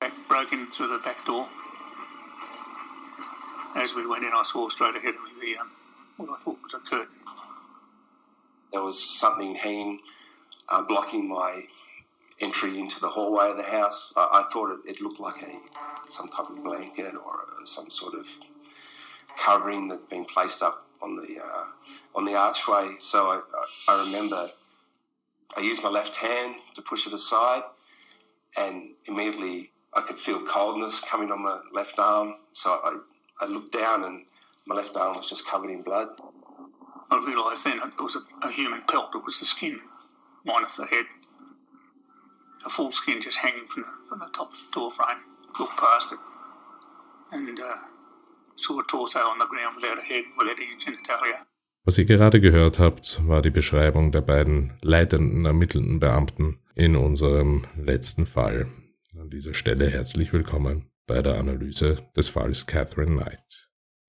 Broke in through the back door. As we went in, I saw straight ahead of me what I thought was a curtain. There was something hanging, blocking my entry into the hallway of the house. I thought it looked like some type of blanket or some sort of covering that had been placed up on the archway. So I remember I used my left hand to push it aside, and immediately I could feel coldness coming on my left arm. So I looked down, and my left arm was just covered in blood. I realised then it was a human pelt. It was the skin, minus the head. A full skin just hanging from the top of the door frame. Looked past it and saw a torso on the ground without a head, without any genitalia. Was ihr gerade gehört habt, war die Beschreibung der beiden leitenden ermittelnden Beamten in unserem letzten Fall. An dieser Stelle herzlich willkommen bei der Analyse des Falls Catherine Knight.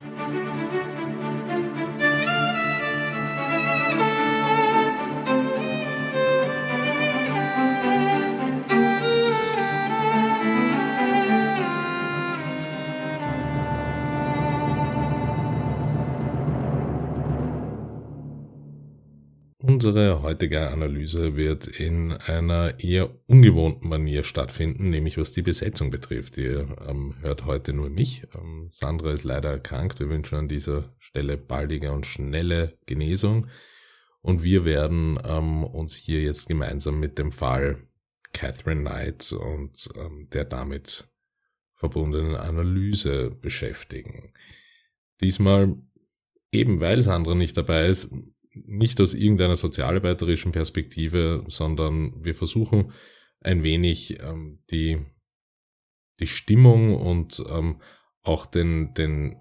Unsere heutige Analyse wird in einer eher ungewohnten Manier stattfinden, nämlich was die Besetzung betrifft. Ihr hört heute nur mich. Sandra ist leider erkrankt. Wir wünschen an dieser Stelle baldige und schnelle Genesung. Und wir werden uns hier jetzt gemeinsam mit dem Fall Catherine Knight und der damit verbundenen Analyse beschäftigen. Diesmal, eben weil Sandra nicht dabei ist, nicht aus irgendeiner sozialarbeiterischen Perspektive, sondern wir versuchen ein wenig die Stimmung und auch den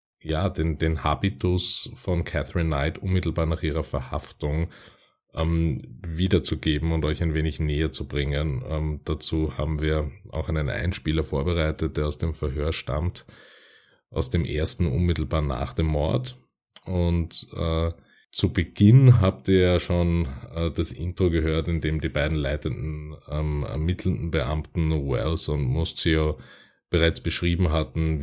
Habitus von Catherine Knight unmittelbar nach ihrer Verhaftung wiederzugeben und euch ein wenig näher zu bringen. Dazu haben wir auch einen Einspieler vorbereitet, der aus dem Verhör stammt, aus dem ersten unmittelbar nach dem Mord. Und zu Beginn habt ihr ja schon das Intro gehört, in dem die beiden leitenden ermittelnden Beamten Wells und Mustio bereits beschrieben hatten,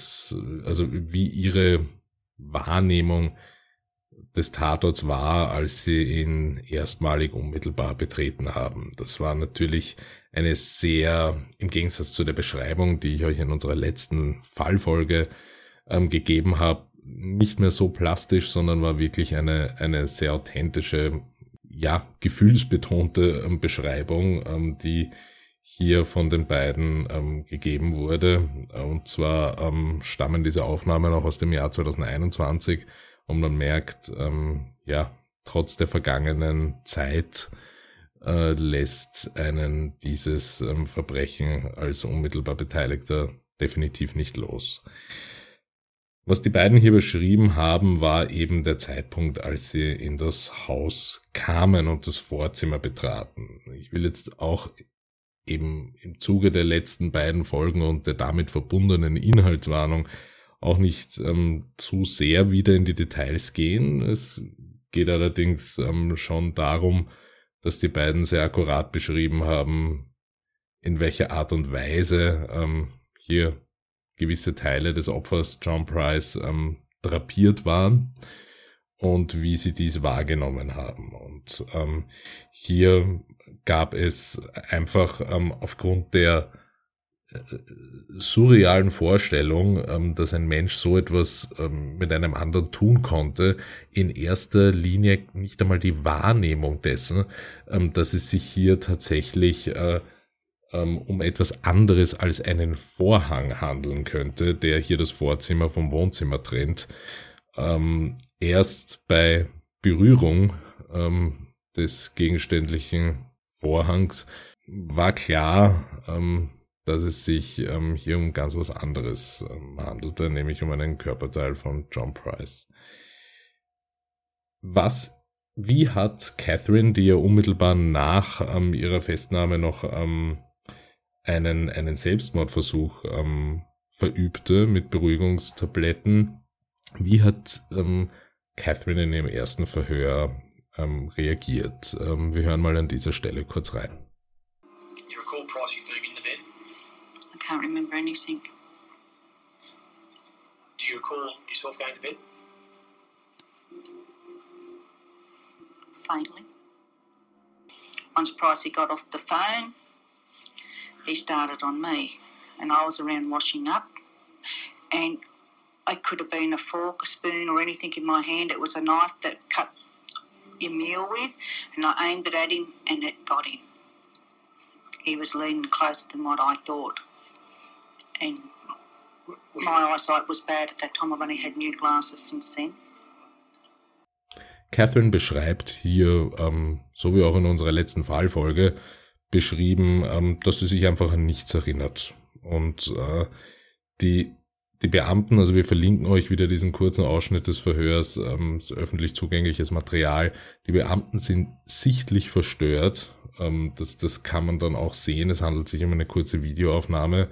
wie ihre Wahrnehmung des Tatorts war, als sie ihn erstmalig unmittelbar betreten haben. Das war natürlich eine sehr, im Gegensatz zu der Beschreibung, die ich euch in unserer letzten Fallfolge gegeben habe, nicht mehr so plastisch, sondern war wirklich eine sehr authentische, gefühlsbetonte Beschreibung, die hier von den beiden gegeben wurde. Und zwar stammen diese Aufnahmen auch aus dem Jahr 2021 und man merkt, trotz der vergangenen Zeit lässt einen dieses Verbrechen als unmittelbar Beteiligter definitiv nicht los. Was die beiden hier beschrieben haben, war eben der Zeitpunkt, als sie in das Haus kamen und das Vorzimmer betraten. Ich will jetzt auch eben im Zuge der letzten beiden Folgen und der damit verbundenen Inhaltswarnung auch nicht zu sehr wieder in die Details gehen. Es geht allerdings schon darum, dass die beiden sehr akkurat beschrieben haben, in welcher Art und Weise hier gewisse Teile des Opfers John Price drapiert waren und wie sie dies wahrgenommen haben. Und hier gab es einfach aufgrund der surrealen Vorstellung, dass ein Mensch so etwas mit einem anderen tun konnte, in erster Linie nicht einmal die Wahrnehmung dessen, dass es sich hier tatsächlich um etwas anderes als einen Vorhang handeln könnte, der hier das Vorzimmer vom Wohnzimmer trennt. Erst bei Berührung des gegenständlichen Vorhangs war klar, dass es sich hier um ganz was anderes handelte, nämlich um einen Körperteil von John Price. Wie hat Catherine, die ja unmittelbar nach ihrer Festnahme noch einen Selbstmordversuch verübte mit Beruhigungstabletten, wie hat Catherine in ihrem ersten Verhör reagiert? Wir hören mal an dieser Stelle kurz rein. You recall Price, you being in the bed? can't remember anything. Do you recall yourself going to bed? Faintly. Once Pricey got off the phone, he started on me, and I was around washing up, and it could have been a fork, a spoon, or anything in my hand. It was a knife that cut your meal with, and I aimed it at him, and it got him. He was leaning closer than what I thought, and my eyesight was bad at that time. I've only had new glasses since then. Catherine beschreibt hier, so wie auch in unserer letzten Fallfolge, beschrieben, dass sie sich einfach an nichts erinnert. Und die Beamten, also wir verlinken euch wieder diesen kurzen Ausschnitt des Verhörs, das öffentlich zugängliches Material, die Beamten sind sichtlich verstört. Das kann man dann auch sehen, es handelt sich um eine kurze Videoaufnahme,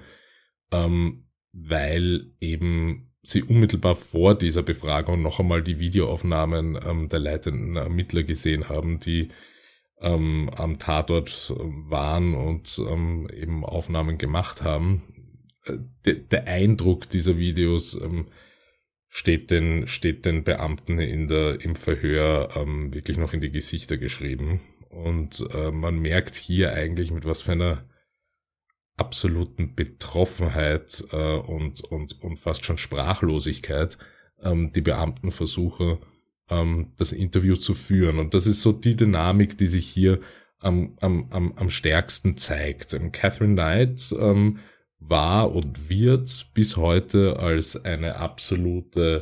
weil eben sie unmittelbar vor dieser Befragung noch einmal die Videoaufnahmen der leitenden Ermittler gesehen haben, die am Tatort waren und eben Aufnahmen gemacht haben. Der Eindruck dieser Videos steht den Beamten im Verhör wirklich noch in die Gesichter geschrieben. Und man merkt hier eigentlich, mit was für einer absoluten Betroffenheit und fast schon Sprachlosigkeit die Beamten versuchen, das Interview zu führen. Und das ist so die Dynamik, die sich hier am stärksten zeigt. Catherine Knight war und wird bis heute als ein absolutes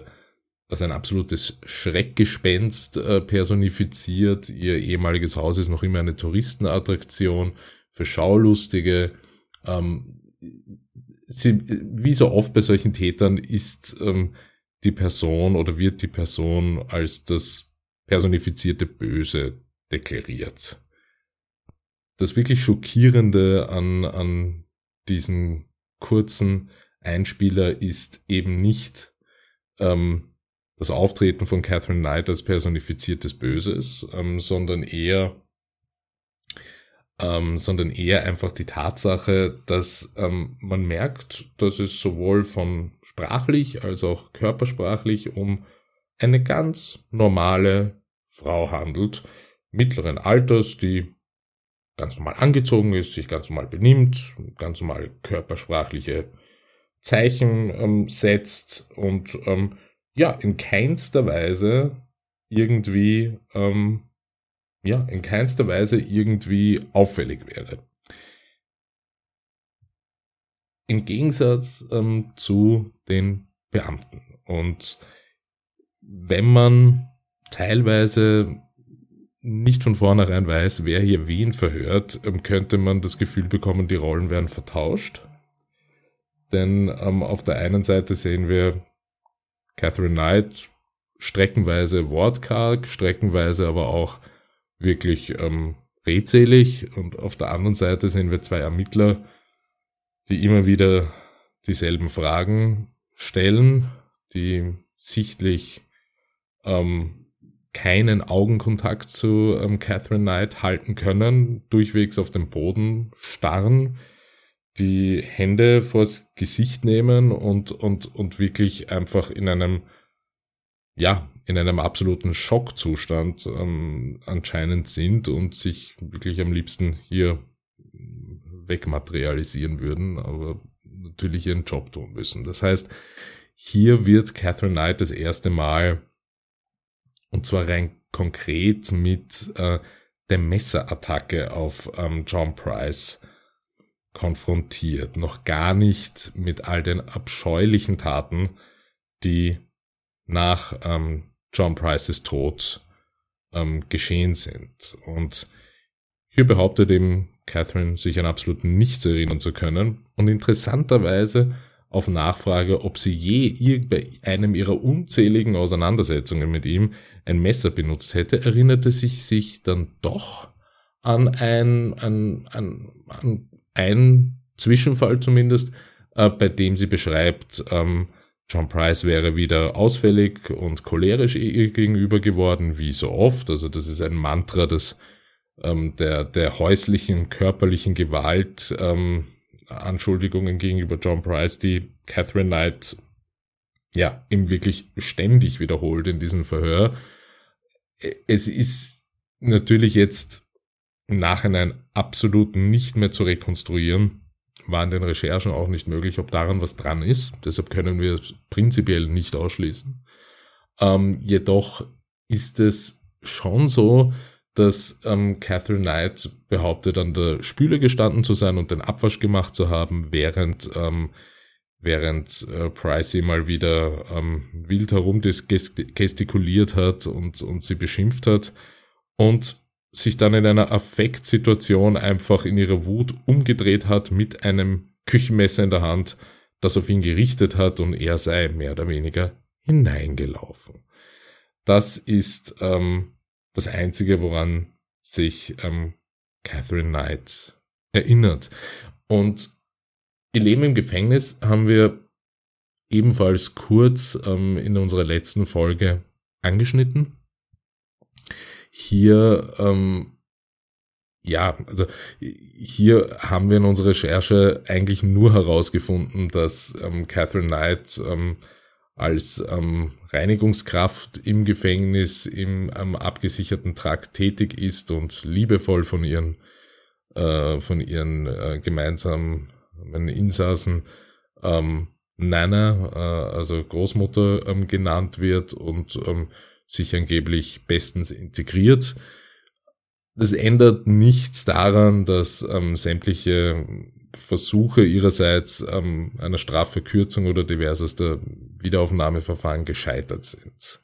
Schreckgespenst personifiziert. Ihr ehemaliges Haus ist noch immer eine Touristenattraktion für Schaulustige. Wie so oft bei solchen Tätern ist die Person oder wird die Person als das personifizierte Böse deklariert. Das wirklich Schockierende an diesen kurzen Einspieler ist eben nicht das Auftreten von Catherine Knight als personifiziertes Böses, sondern eher einfach die Tatsache, dass man merkt, dass es sowohl von sprachlich als auch körpersprachlich um eine ganz normale Frau handelt, mittleren Alters, die ganz normal angezogen ist, sich ganz normal benimmt, ganz normal körpersprachliche Zeichen setzt und in keinster Weise irgendwie auffällig wäre. Im Gegensatz zu den Beamten. Und wenn man teilweise nicht von vornherein weiß, wer hier wen verhört, könnte man das Gefühl bekommen, die Rollen werden vertauscht. Denn auf der einen Seite sehen wir Catherine Knight streckenweise wortkarg, streckenweise aber auch wirklich redselig, und auf der anderen Seite sehen wir zwei Ermittler, die immer wieder dieselben Fragen stellen, die sichtlich keinen Augenkontakt zu Catherine Knight halten können, durchwegs auf dem Boden starren, die Hände vors Gesicht nehmen und wirklich einfach in einem absoluten Schockzustand anscheinend sind und sich wirklich am liebsten hier wegmaterialisieren würden, aber natürlich ihren Job tun müssen. Das heißt, hier wird Catherine Knight das erste Mal, und zwar rein konkret mit der Messerattacke auf John Price konfrontiert. Noch gar nicht mit all den abscheulichen Taten, die nach John Prices Tod geschehen sind. Und hier behauptet eben Catherine, sich an absolut nichts erinnern zu können. Und interessanterweise auf Nachfrage, ob sie je bei einem ihrer unzähligen Auseinandersetzungen mit ihm ein Messer benutzt hätte, erinnerte sich dann doch an einen Zwischenfall zumindest, bei dem sie beschreibt, John Price wäre wieder ausfällig und cholerisch ihr gegenüber geworden, wie so oft. Also das ist ein Mantra, das der häuslichen, körperlichen Gewalt Anschuldigungen gegenüber John Price, die Catherine Knight ja ihm wirklich ständig wiederholt in diesem Verhör. Es ist natürlich jetzt im Nachhinein absolut nicht mehr zu rekonstruieren, war in den Recherchen auch nicht möglich, ob daran was dran ist. Deshalb können wir es prinzipiell nicht ausschließen. Jedoch ist es schon so, dass Catherine Knight behauptet, an der Spüle gestanden zu sein und den Abwasch gemacht zu haben, während Pricey mal wieder wild herumgestikuliert hat und sie beschimpft hat und sich dann in einer Affektsituation einfach in ihrer Wut umgedreht hat mit einem Küchenmesser in der Hand, das auf ihn gerichtet hat und er sei mehr oder weniger hineingelaufen. Das ist das Einzige, woran sich Catherine Knight erinnert. Und ihr Leben im Gefängnis haben wir ebenfalls kurz in unserer letzten Folge angeschnitten. Hier, hier haben wir in unserer Recherche eigentlich nur herausgefunden, dass Catherine Knight als Reinigungskraft im Gefängnis im abgesicherten Trakt tätig ist und liebevoll von ihren gemeinsamen Insassen Nana, also Großmutter, genannt wird und sich angeblich bestens integriert. Das ändert nichts daran, dass sämtliche Versuche ihrerseits einer Strafverkürzung oder diversester Wiederaufnahmeverfahren gescheitert sind.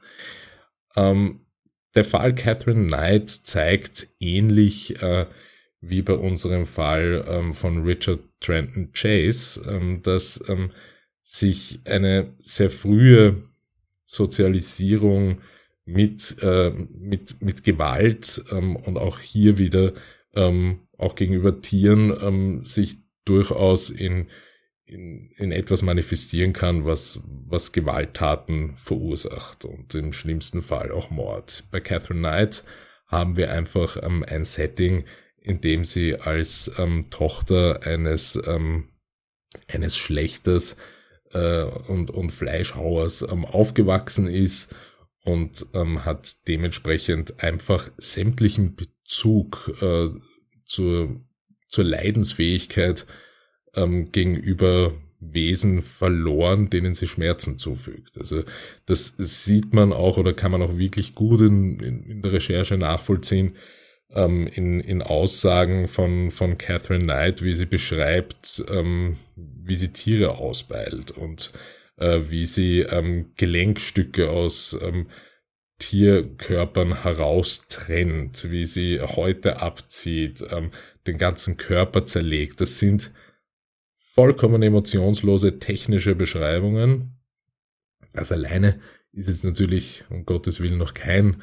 Der Fall Catherine Knight zeigt ähnlich wie bei unserem Fall von Richard Trenton Chase, dass sich eine sehr frühe Sozialisierung mit Gewalt und auch hier wieder auch gegenüber Tieren sich durchaus in etwas manifestieren kann, was Gewalttaten verursacht und im schlimmsten Fall auch Mord. Bei Catherine Knight haben wir einfach ein Setting, in dem sie als Tochter eines Schlächters und Fleischhauers aufgewachsen ist und hat dementsprechend einfach sämtlichen Bezug zur Leidensfähigkeit gegenüber Wesen verloren, denen sie Schmerzen zufügt. Also das sieht man auch oder kann man auch wirklich gut in der Recherche nachvollziehen, in Aussagen von Catherine Knight, wie sie beschreibt, wie sie Tiere ausbeilt und wie sie Gelenkstücke aus Tierkörpern heraustrennt, wie sie Häute abzieht, den ganzen Körper zerlegt. Das sind vollkommen emotionslose technische Beschreibungen. Das alleine ist jetzt natürlich um Gottes Willen noch kein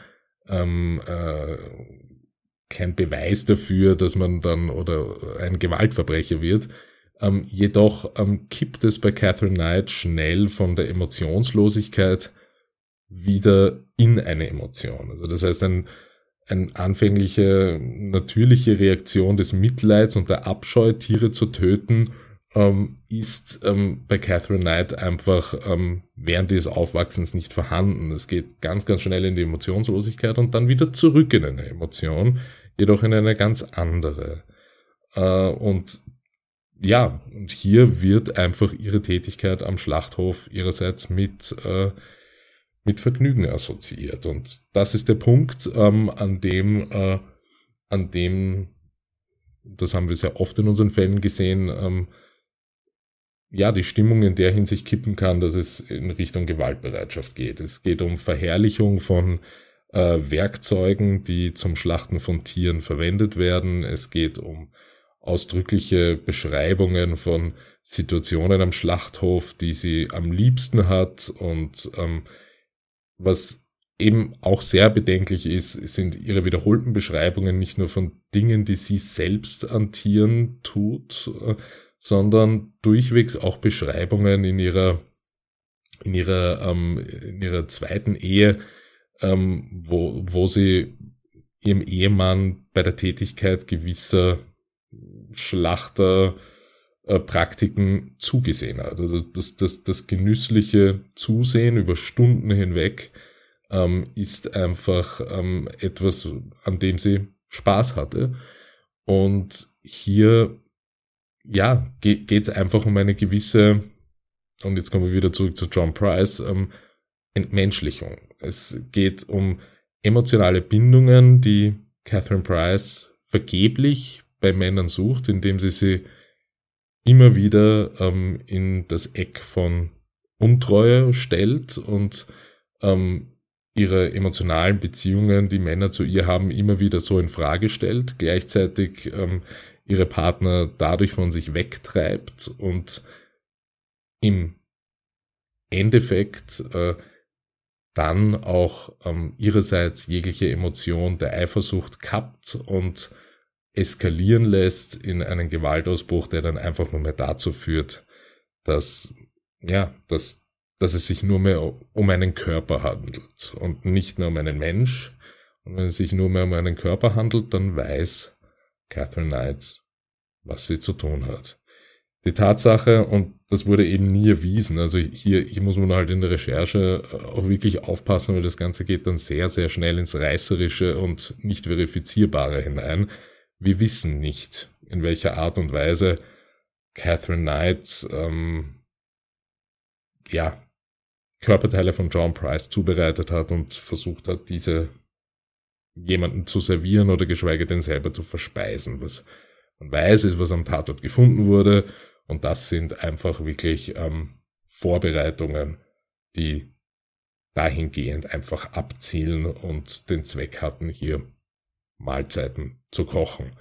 Beweis dafür, dass man dann oder ein Gewaltverbrecher wird. Jedoch kippt es bei Catherine Knight schnell von der Emotionslosigkeit wieder in eine Emotion. Also das heißt, eine anfängliche natürliche Reaktion des Mitleids und der Abscheu, Tiere zu töten, ist bei Catherine Knight einfach während des Aufwachsens nicht vorhanden. Es geht ganz, ganz schnell in die Emotionslosigkeit und dann wieder zurück in eine Emotion, jedoch in eine ganz andere. Und hier wird einfach ihre Tätigkeit am Schlachthof ihrerseits mit Vergnügen assoziiert. Und das ist der Punkt, an dem, das haben wir sehr oft in unseren Fällen gesehen, die Stimmung in der Hinsicht kippen kann, dass es in Richtung Gewaltbereitschaft geht. Es geht um Verherrlichung von Werkzeugen, die zum Schlachten von Tieren verwendet werden. Es geht um ausdrückliche Beschreibungen von Situationen am Schlachthof, die sie am liebsten hat. Und was eben auch sehr bedenklich ist, sind ihre wiederholten Beschreibungen nicht nur von Dingen, die sie selbst an Tieren tut, sondern durchwegs auch Beschreibungen in ihrer zweiten Ehe, wo sie ihrem Ehemann bei der Tätigkeit gewisser Schlachter Praktiken zugesehen hat. Also das genüssliche Zusehen über Stunden hinweg ist einfach etwas, an dem sie Spaß hatte. Und hier, ja, geht es einfach um eine gewisse, und jetzt kommen wir wieder zurück zu John Price, Entmenschlichung. Es geht um emotionale Bindungen, die Catherine Price vergeblich bei Männern sucht, indem sie immer wieder in das Eck von Untreue stellt und ihre emotionalen Beziehungen, die Männer zu ihr haben, immer wieder so in Frage stellt, gleichzeitig ihre Partner dadurch von sich wegtreibt und im Endeffekt dann auch ihrerseits jegliche Emotion der Eifersucht kappt und eskalieren lässt in einen Gewaltausbruch, der dann einfach nur mehr dazu führt, dass es sich nur mehr um einen Körper handelt und nicht mehr um einen Mensch. Und wenn es sich nur mehr um einen Körper handelt, dann weiß Catherine Knight, was sie zu tun hat. Die Tatsache, und das wurde eben nie erwiesen, also hier muss man halt in der Recherche auch wirklich aufpassen, weil das Ganze geht dann sehr, sehr schnell ins Reißerische und nicht verifizierbare hinein. Wir wissen nicht, in welcher Art und Weise Catherine Knight Körperteile von John Price zubereitet hat und versucht hat, diese jemanden zu servieren oder geschweige denn selber zu verspeisen. Was man weiß, ist, was am Tatort gefunden wurde, und das sind einfach wirklich Vorbereitungen, die dahingehend einfach abzielen und den Zweck hatten, hier Mahlzeiten zu kochen.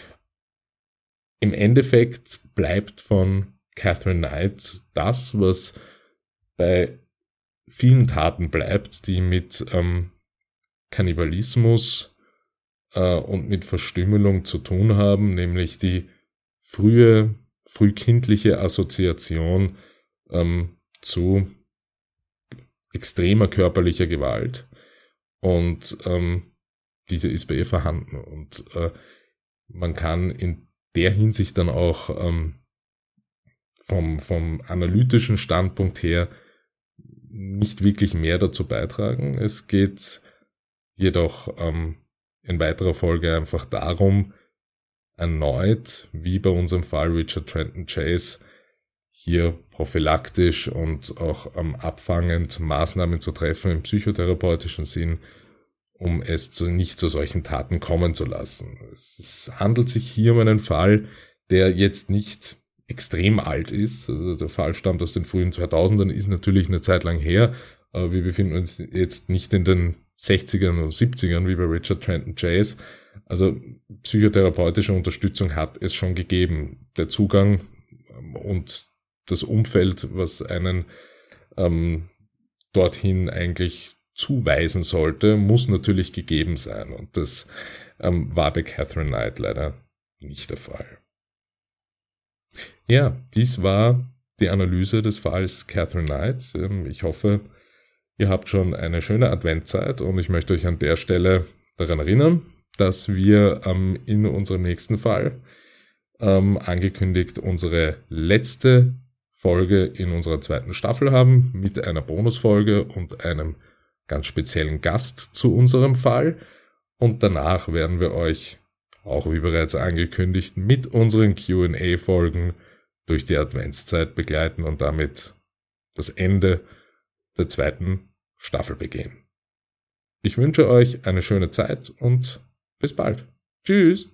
Im Endeffekt bleibt von Catherine Knight das, was bei vielen Taten bleibt, die mit Kannibalismus und mit Verstümmelung zu tun haben, nämlich die frühkindliche Assoziation zu extremer körperlicher Gewalt. Und diese ist bei ihr vorhanden. Und man kann in der Hinsicht dann auch vom analytischen Standpunkt her nicht wirklich mehr dazu beitragen. Es geht jedoch in weiterer Folge einfach darum, erneut, wie bei unserem Fall Richard Trenton Chase, hier prophylaktisch und auch abfangend Maßnahmen zu treffen im psychotherapeutischen Sinn, um es nicht zu solchen Taten kommen zu lassen. Es handelt sich hier um einen Fall, der jetzt nicht extrem alt ist. Also der Fall stammt aus den frühen 2000ern, ist natürlich eine Zeit lang her, aber wir befinden uns jetzt nicht in den 60ern oder 70ern wie bei Richard Trenton Chase. Also psychotherapeutische Unterstützung hat es schon gegeben. Der Zugang und das Umfeld, was einen dorthin eigentlich zuweisen sollte, muss natürlich gegeben sein. Und das war bei Catherine Knight leider nicht der Fall. Ja, dies war die Analyse des Falls Catherine Knight. Ich hoffe, ihr habt schon eine schöne Adventzeit und ich möchte euch an der Stelle daran erinnern, dass wir in unserem nächsten Fall angekündigt unsere letzte Folge in unserer 2. Staffel haben mit einer Bonusfolge und einem ganz speziellen Gast zu unserem Fall. Und danach werden wir euch, auch wie bereits angekündigt, mit unseren Q&A-Folgen durch die Adventszeit begleiten und damit das Ende der 2. Staffel begehen. Ich wünsche euch eine schöne Zeit und bis bald. Tschüss!